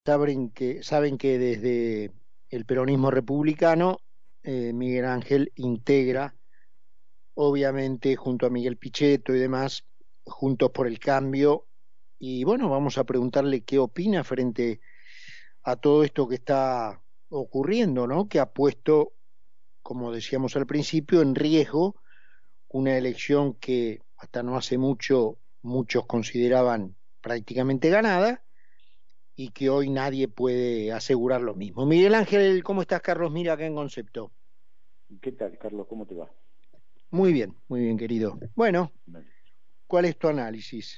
Saben que desde el peronismo republicano, Miguel Ángel integra, obviamente, junto a Miguel Pichetto y demás, Juntos por el Cambio. Y bueno, vamos a preguntarle qué opina frente a todo esto que está ocurriendo, ¿no? Que ha puesto, como decíamos al principio, en riesgo una elección que hasta no hace mucho muchos consideraban prácticamente ganada y que hoy nadie puede asegurar lo mismo. Miguel Ángel, ¿cómo estás, Carlos? Mira acá en Concepto. ¿Qué tal, Carlos? ¿Cómo te va? Muy bien, querido. Bueno, Vale. ¿cuál es tu análisis?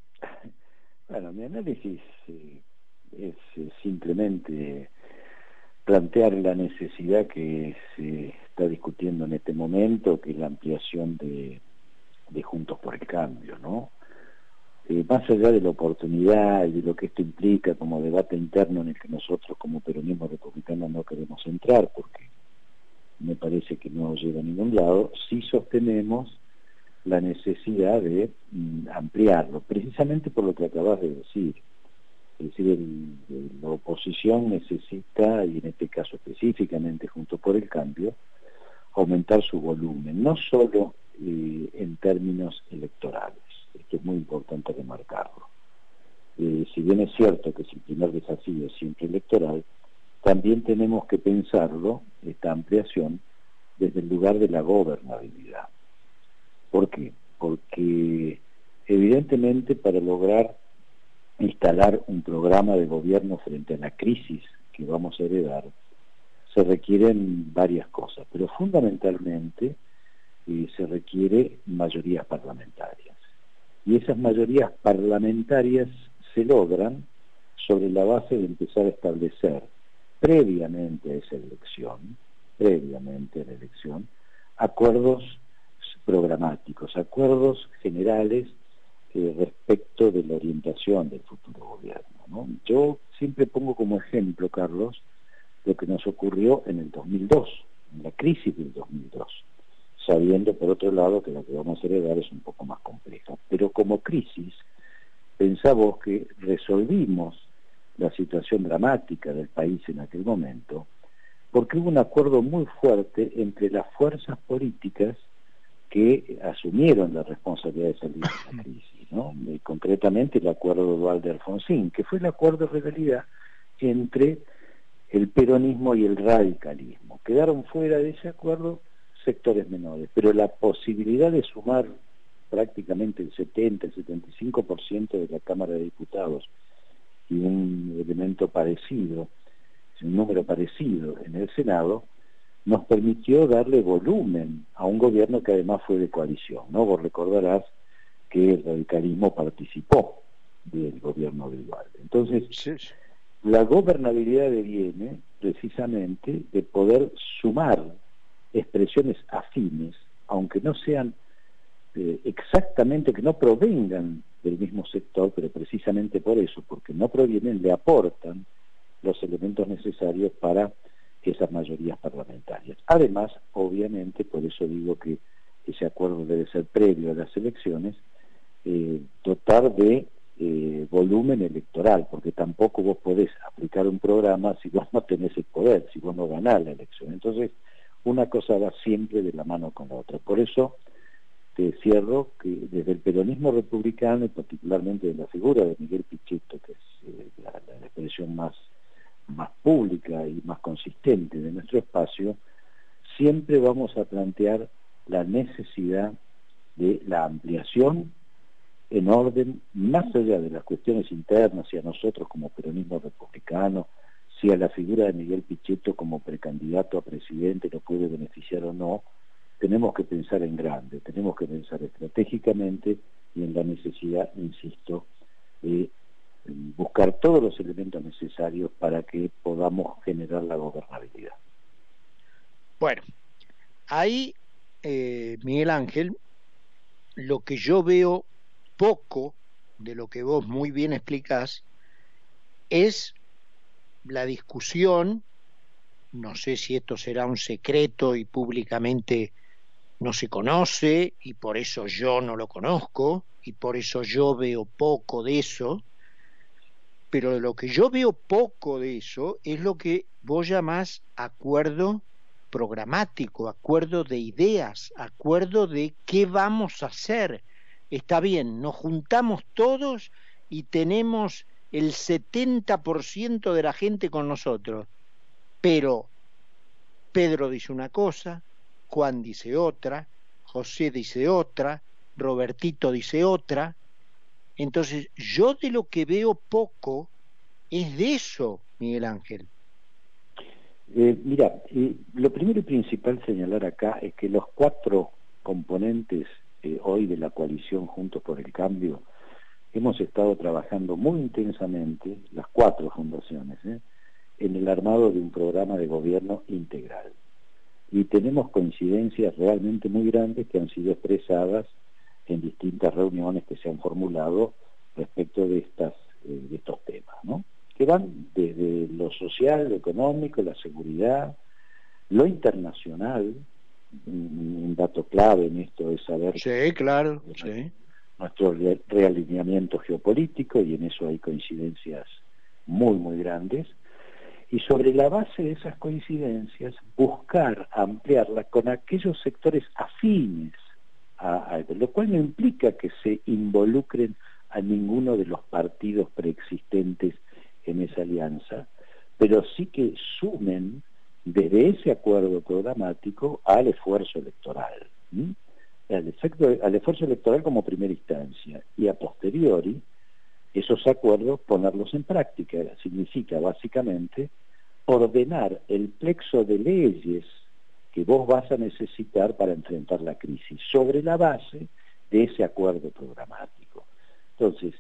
Bueno, mi análisis es simplemente plantear la necesidad que se está discutiendo en este momento, que es la ampliación de Juntos por el Cambio, ¿no? Más allá de la oportunidad y de lo que esto implica como debate interno en el que nosotros como peronismo republicano no queremos entrar, porque me parece que no lleva a ningún lado, sí sostenemos la necesidad de ampliarlo, precisamente por lo que acabas de decir. Es decir, la oposición necesita, y en este caso específicamente junto por el cambio, aumentar su volumen, no solo en términos electorales. Esto es muy importante remarcarlo. Si bien es cierto que el primer desafío es siempre electoral, también tenemos que pensarlo, esta ampliación, desde el lugar de la gobernabilidad. ¿Por qué? Porque evidentemente para lograr instalar un programa de gobierno frente a la crisis que vamos a heredar, se requieren varias cosas, pero fundamentalmente se requiere mayorías parlamentarias. Y esas mayorías parlamentarias se logran sobre la base de empezar a establecer previamente a la elección, acuerdos programáticos, acuerdos generales respecto de la orientación del futuro gobierno, ¿no? Yo siempre pongo como ejemplo, Carlos, lo que nos ocurrió en el 2002, en la crisis del 2002, sabiendo por otro lado que la que vamos a heredar es un poco más compleja. Pero como crisis, pensamos que resolvimos la situación dramática del país en aquel momento, porque hubo un acuerdo muy fuerte entre las fuerzas políticas que asumieron la responsabilidad de salir de la crisis, ¿no? Concretamente el acuerdo de Duhalde-Alfonsín, que fue el acuerdo de realidad entre el peronismo y el radicalismo. Quedaron fuera de ese acuerdo sectores menores, pero la posibilidad de sumar prácticamente el 70, el 75% de la Cámara de Diputados y un elemento parecido, un número parecido en el Senado, nos permitió darle volumen a un gobierno que además fue de coalición, ¿no? Vos recordarás que el radicalismo participó del gobierno de Duhalde. Entonces, Sí. la gobernabilidad deviene precisamente de poder sumar expresiones afines, aunque no sean exactamente, que no provengan del mismo sector, pero precisamente por eso, porque no provienen, le aportan los elementos necesarios para esas mayorías parlamentarias. Además, obviamente, por eso digo que ese acuerdo debe ser previo a las elecciones, dotar de volumen electoral, porque tampoco vos podés aplicar un programa si vos no tenés el poder, si vos no ganás la elección. Entonces, una cosa va siempre de la mano con la otra. Por eso te cierro que desde el peronismo republicano, y particularmente de la figura de Miguel Pichetto, que es la expresión más pública y más consistente de nuestro espacio, siempre vamos a plantear la necesidad de la ampliación en orden, más allá de las cuestiones internas, si a nosotros como peronismo republicano, si a la figura de Miguel Pichetto como precandidato a presidente lo puede beneficiar o no, tenemos que pensar en grande, tenemos que pensar estratégicamente y en la necesidad, insisto, de buscar todos los elementos necesarios para que podamos generar la gobernabilidad. Bueno, ahí, Miguel Ángel, lo que yo veo poco de lo que vos muy bien explicás es la discusión. No sé si esto será un secreto y públicamente no se conoce y por eso yo no lo conozco y por eso yo veo poco de eso, pero lo que yo veo poco de eso es lo que vos llamás acuerdo programático, acuerdo de ideas, acuerdo de qué vamos a hacer. Está bien, nos juntamos todos y tenemos el 70% de la gente con nosotros, pero Pedro dice una cosa, Juan dice otra, José dice otra, Robertito dice otra. Entonces, yo de lo que veo poco es de eso, Miguel Ángel. Mira, lo primero y principal señalar acá es que los 4 componentes hoy de la coalición Juntos por el Cambio hemos estado trabajando muy intensamente, las 4 fundaciones, en el armado de un programa de gobierno integral. Y tenemos coincidencias realmente muy grandes que han sido expresadas en distintas reuniones que se han formulado respecto de estos temas, ¿no? Que van desde lo social, lo económico, la seguridad, lo internacional. Un dato clave en esto es saber sí, claro, sí. Nuestro realineamiento geopolítico, y en eso hay coincidencias muy, muy grandes, y sobre la base de esas coincidencias buscar ampliarla con aquellos sectores afines a lo cual no implica que se involucren a ninguno de los partidos preexistentes en esa alianza, pero sí que sumen desde ese acuerdo programático al esfuerzo electoral, al esfuerzo electoral como primera instancia, y a posteriori esos acuerdos ponerlos en práctica. Significa básicamente ordenar el plexo de leyes que vos vas a necesitar para enfrentar la crisis sobre la base de ese acuerdo programático. Entonces,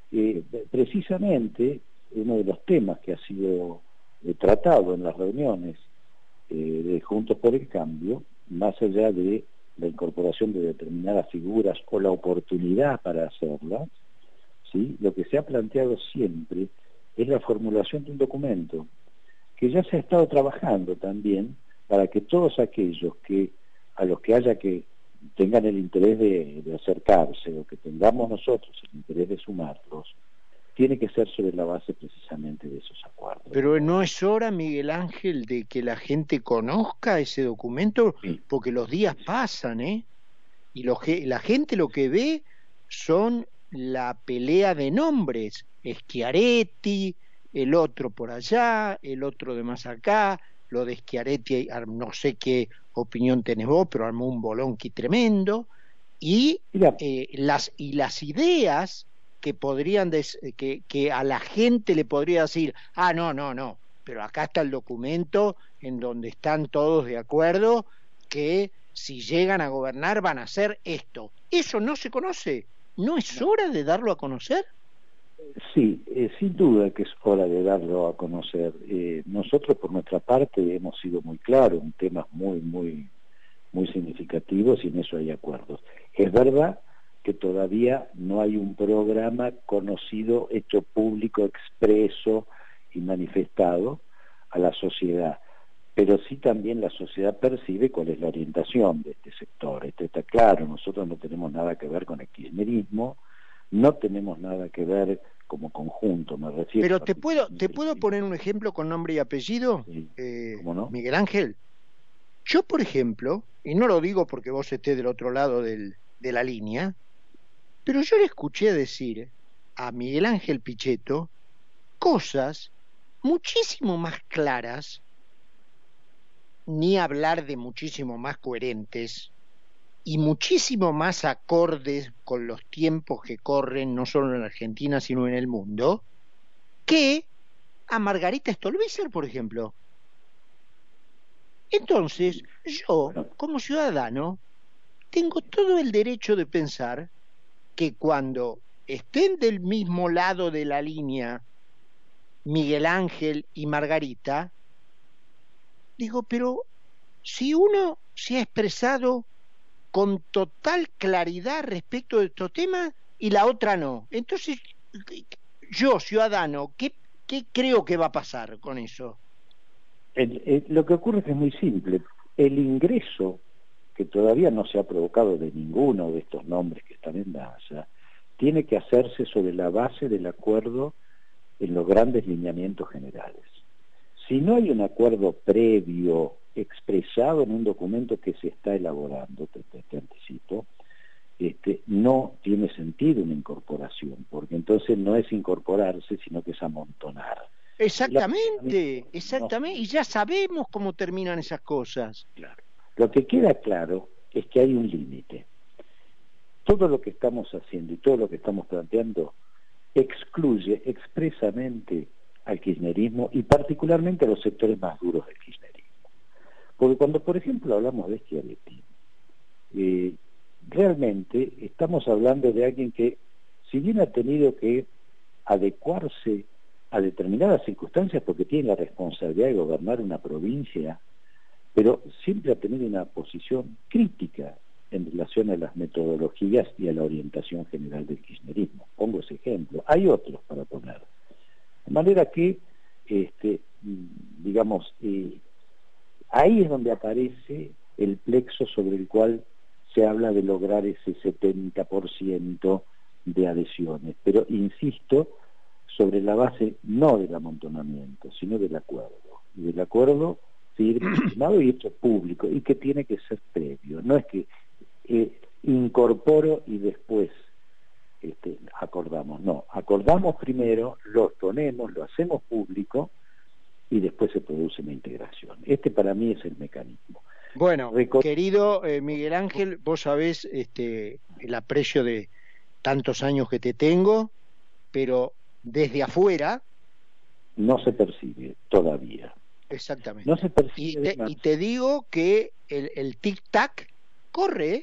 precisamente uno de los temas que ha sido tratado en las reuniones de Juntos por el Cambio, más allá de la incorporación de determinadas figuras o la oportunidad para hacerlas, ¿sí? Lo que se ha planteado siempre es la formulación de un documento que ya se ha estado trabajando también para que todos aquellos a los que haya que tengan el interés de acercarse, o que tengamos nosotros el interés de sumarlos, tiene que ser sobre la base precisamente de esos acuerdos. Pero no es hora, Miguel Ángel, de que la gente conozca ese documento, sí, porque los días pasan, y la gente lo que ve son la pelea de nombres, Schiaretti, el otro por allá, el otro de más acá, lo de Schiaretti, no sé qué opinión tenés vos, pero armó un bolonqui tremendo, y las ideas que podrían que a la gente le podría decir, no, pero acá está el documento en donde están todos de acuerdo que si llegan a gobernar van a hacer esto. Eso no se conoce. ¿No es hora de darlo a conocer? Sí, sin duda que es hora de darlo a conocer. Nosotros por nuestra parte hemos sido muy claros en temas muy, muy, muy significativos, y en eso hay acuerdos. Es verdad que todavía no hay un programa conocido, hecho público, expreso y manifestado a la sociedad, pero sí también la sociedad percibe cuál es la orientación de este sector. Esto está claro, nosotros no tenemos nada que ver con el kirchnerismo, no tenemos nada que ver como conjunto, me refiero. Pero te puedo poner un ejemplo con nombre y apellido, sí, ¿cómo no? Miguel Ángel. Yo, por ejemplo, y no lo digo porque vos estés del otro lado de la línea, pero yo le escuché decir a Miguel Ángel Pichetto cosas muchísimo más claras, ni hablar de muchísimo más coherentes y muchísimo más acordes con los tiempos que corren, no solo en Argentina, sino en el mundo, que a Margarita Stolbizer, por ejemplo. Entonces, yo, como ciudadano, tengo todo el derecho de pensar que cuando estén del mismo lado de la línea Miguel Ángel y Margarita, digo, pero si uno se ha expresado con total claridad respecto de estos temas y la otra no, entonces yo, ciudadano, ¿qué creo que va a pasar con eso? Lo que ocurre es que es muy simple. El ingreso, que todavía no se ha provocado de ninguno de estos nombres que están en danza, tiene que hacerse sobre la base del acuerdo en los grandes lineamientos generales. Si no hay un acuerdo previo expresado en un documento que se está elaborando, te anticipo, no tiene sentido una incorporación, porque entonces no es incorporarse, sino que es amontonar. Exactamente, exactamente, y ya sabemos cómo terminan esas cosas. Claro. Lo que queda claro es que hay un límite. Todo lo que estamos haciendo y todo lo que estamos planteando excluye expresamente al kirchnerismo y particularmente a los sectores más duros del kirchnerismo. Porque cuando, por ejemplo, hablamos de Schiaretti, realmente estamos hablando de alguien que, si bien ha tenido que adecuarse a determinadas circunstancias porque tiene la responsabilidad de gobernar una provincia, pero siempre ha tenido una posición crítica en relación a las metodologías y a la orientación general del kirchnerismo. Pongo ese ejemplo. Hay otros para poner. De manera que, digamos, ahí es donde aparece el plexo sobre el cual se habla de lograr ese 70% de adhesiones. Pero, insisto, sobre la base no del amontonamiento, sino del acuerdo. Y del acuerdo firmado y hecho público, y que tiene que ser previo. No es que incorporo y después acordamos. No, acordamos primero, lo exponemos, lo hacemos público y después se produce una integración. Para mí es el mecanismo. Bueno, querido Miguel Ángel, vos sabés el aprecio de tantos años que te tengo, pero desde afuera no se percibe todavía. Exactamente. No se percibe y te digo que el tic-tac corre.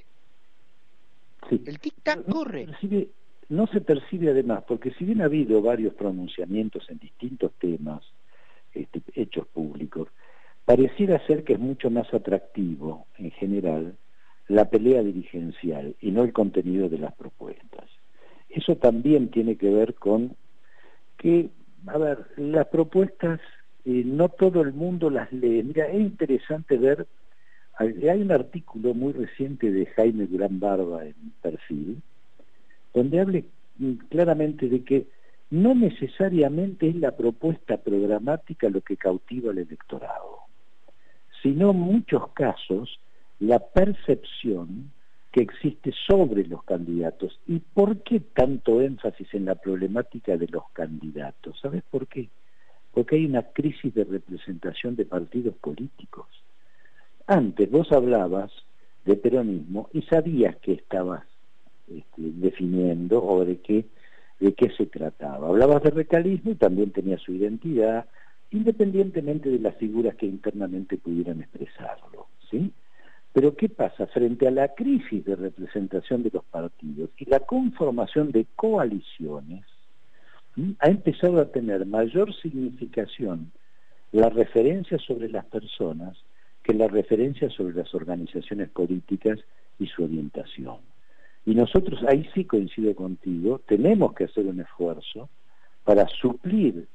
Sí. El tic-tac corre. No se percibe además, porque si bien ha habido varios pronunciamientos en distintos temas, hechos públicos, pareciera ser que es mucho más atractivo, en general, la pelea dirigencial y no el contenido de las propuestas. Eso también tiene que ver con que, las propuestas no todo el mundo las lee. Mira, es interesante ver, hay un artículo muy reciente de Jaime Durán Barba en Perfil, donde habla claramente de que no necesariamente es la propuesta programática lo que cautiva al electorado, sino en muchos casos la percepción que existe sobre los candidatos. ¿Y por qué tanto énfasis en la problemática de los candidatos? ¿Sabes por qué? Porque hay una crisis de representación de partidos políticos. Antes vos hablabas de peronismo y sabías que estabas definiendo o de qué se trataba. Hablabas de recalismo y también tenía su identidad, independientemente de las figuras que internamente pudieran expresarlo, ¿sí? Pero ¿qué pasa? Frente a la crisis de representación de los partidos y la conformación de coaliciones, ha empezado a tener mayor significación la referencia sobre las personas que la referencia sobre las organizaciones políticas y su orientación. Y nosotros, ahí sí coincido contigo, tenemos que hacer un esfuerzo para suplir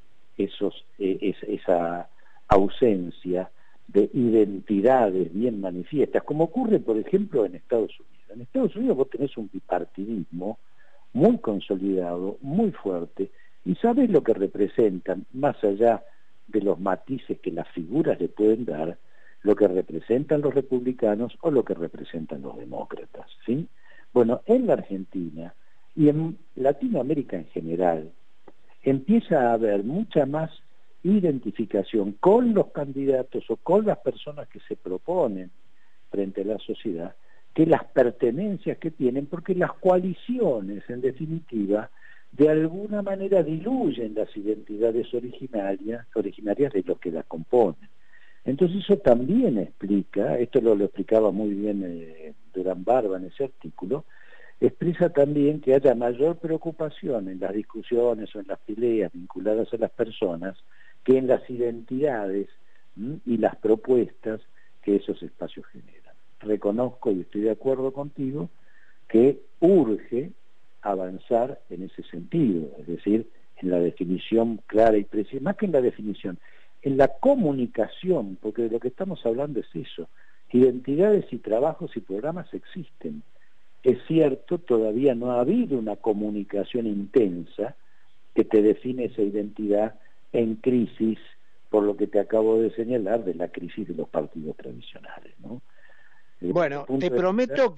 esa ausencia de identidades bien manifiestas, como ocurre, por ejemplo, en Estados Unidos. En Estados Unidos vos tenés un bipartidismo muy consolidado, muy fuerte, y sabés lo que representan, más allá de los matices que las figuras le pueden dar, lo que representan los republicanos o lo que representan los demócratas, ¿sí? Bueno, en la Argentina y en Latinoamérica en general, empieza a haber mucha más identificación con los candidatos o con las personas que se proponen frente a la sociedad, que las pertenencias que tienen, porque las coaliciones, en definitiva, de alguna manera diluyen las identidades originarias de los que las componen. Entonces eso también explica, esto lo explicaba muy bien Durán Barba en ese artículo, expresa también que haya mayor preocupación en las discusiones o en las peleas vinculadas a las personas que en las identidades y las propuestas que esos espacios generan. Reconozco y estoy de acuerdo contigo que urge avanzar en ese sentido, es decir, en la definición clara y precisa, más que en la definición, en la comunicación, porque de lo que estamos hablando es eso. Identidades y trabajos y programas existen. Es cierto, todavía no ha habido una comunicación intensa que te define esa identidad en crisis, por lo que te acabo de señalar de la crisis de los partidos tradicionales, ¿no? Bueno, te prometo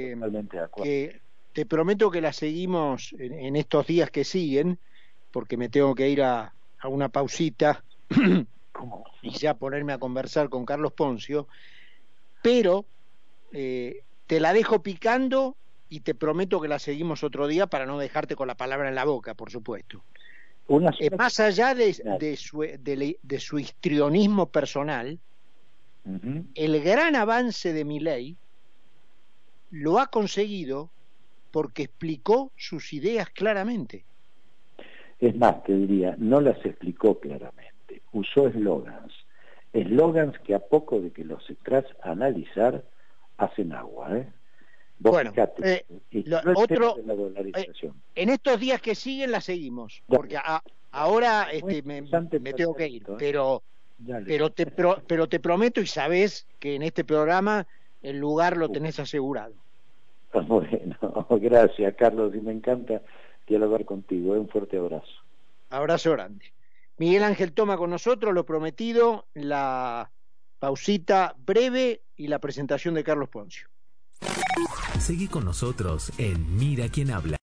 te prometo que la seguimos en estos días que siguen, porque me tengo que ir a una pausita y ya ponerme a conversar con Carlos Ponzio, pero te la dejo picando y te prometo que la seguimos otro día para no dejarte con la palabra en la boca, por supuesto. Más allá de su histrionismo personal, el gran avance de Milei lo ha conseguido porque explicó sus ideas claramente. Es más, te diría, no las explicó claramente, usó eslogans que a poco de que los entras a analizar hacen agua, ¿eh? Bueno, fíjate, en estos días que siguen la seguimos, porque ahora me tengo que ir, pero te prometo y sabés que en este programa el lugar lo tenés asegurado. Bueno, gracias Carlos, y me encanta dialogar contigo, un fuerte abrazo. Abrazo grande. Miguel Ángel Toma con nosotros, lo prometido, la pausita breve y la presentación de Carlos Ponzio. Seguí con nosotros en Mira quién habla.